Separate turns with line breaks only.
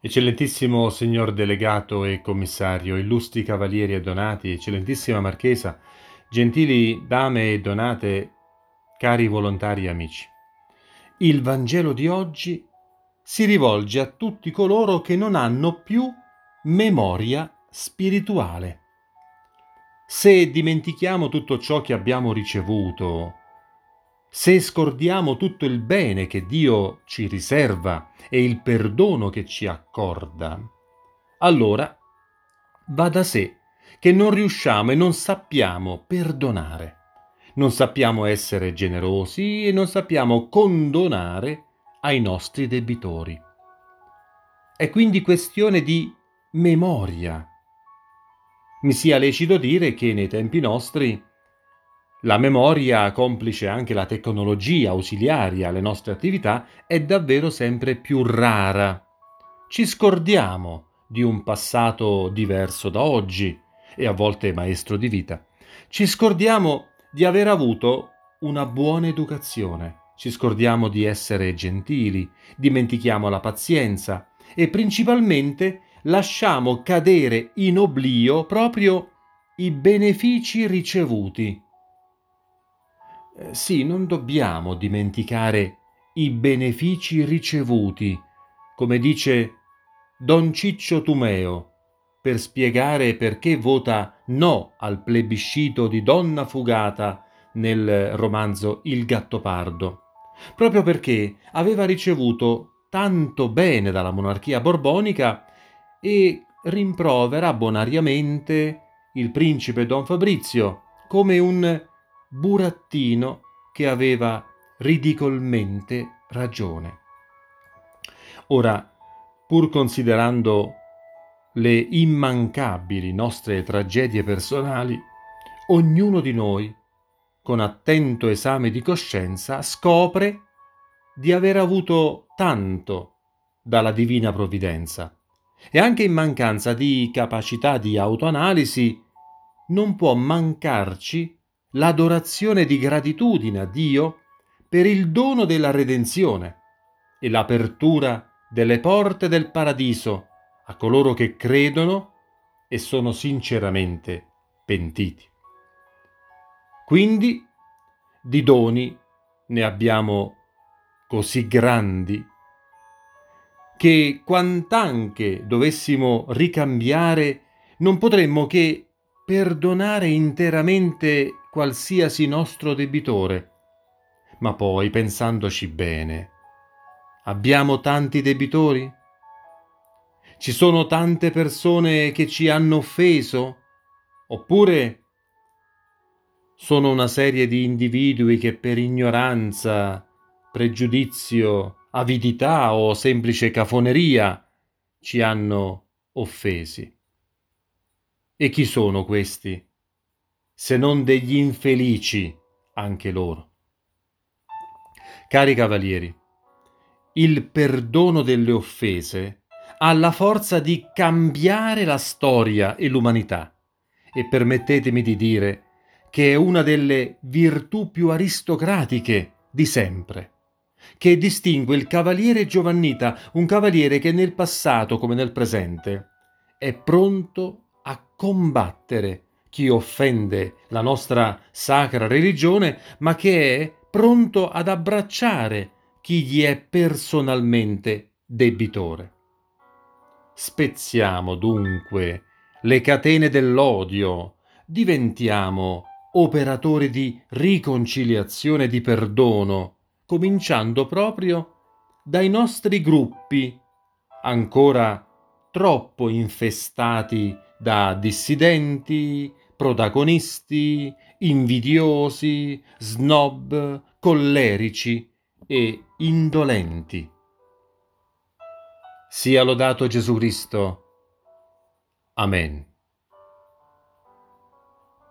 Eccellentissimo signor delegato e commissario, illustri cavalieri e donati, eccellentissima marchesa, gentili dame e donate, cari volontari e amici. Il Vangelo di oggi si rivolge a tutti coloro che non hanno più memoria spirituale. Se dimentichiamo tutto ciò che abbiamo ricevuto, se scordiamo tutto il bene che Dio ci riserva e il perdono che ci accorda, allora va da sé che non riusciamo e non sappiamo perdonare, non sappiamo essere generosi e non sappiamo condonare ai nostri debitori. È quindi questione di memoria. Mi sia lecito dire che nei tempi nostri la memoria, complice anche la tecnologia ausiliaria alle nostre attività, è davvero sempre più rara. Ci scordiamo di un passato diverso da oggi e a volte maestro di vita. Ci scordiamo di aver avuto una buona educazione. Ci scordiamo di essere gentili, dimentichiamo la pazienza e principalmente lasciamo cadere in oblio proprio i benefici ricevuti. Sì, non dobbiamo dimenticare i benefici ricevuti, come dice Don Ciccio Tumeo, per spiegare perché vota no al plebiscito di Donna Fugata nel romanzo Il Gattopardo. Proprio perché aveva ricevuto tanto bene dalla monarchia borbonica e rimprovera bonariamente il principe Don Fabrizio come un burattino che aveva ridicolmente ragione. Ora, pur considerando le immancabili nostre tragedie personali, ognuno di noi, con attento esame di coscienza, scopre di aver avuto tanto dalla divina provvidenza e anche in mancanza di capacità di autoanalisi non può mancarci l'adorazione di gratitudine a Dio per il dono della redenzione e l'apertura delle porte del paradiso a coloro che credono e sono sinceramente pentiti. Quindi di doni ne abbiamo così grandi che quant'anche dovessimo ricambiare non potremmo che perdonare interamente qualsiasi nostro debitore. Ma poi, pensandoci bene, abbiamo tanti debitori? Ci sono tante persone che ci hanno offeso? Oppure sono una serie di individui che per ignoranza, pregiudizio, avidità o semplice cafoneria ci hanno offesi? E chi sono questi, se non degli infelici anche loro? Cari cavalieri, il perdono delle offese ha la forza di cambiare la storia e l'umanità e permettetemi di dire che è una delle virtù più aristocratiche di sempre, che distingue il cavaliere giovannita, un cavaliere che nel passato come nel presente è pronto a combattere chi offende la nostra sacra religione, ma che è pronto ad abbracciare chi gli è personalmente debitore. Spezziamo dunque le catene dell'odio, diventiamo operatori di riconciliazione e di perdono, cominciando proprio dai nostri gruppi, ancora troppo infestati da dissidenti, protagonisti, invidiosi, snob, collerici e indolenti. Sia lodato Gesù Cristo. Amen.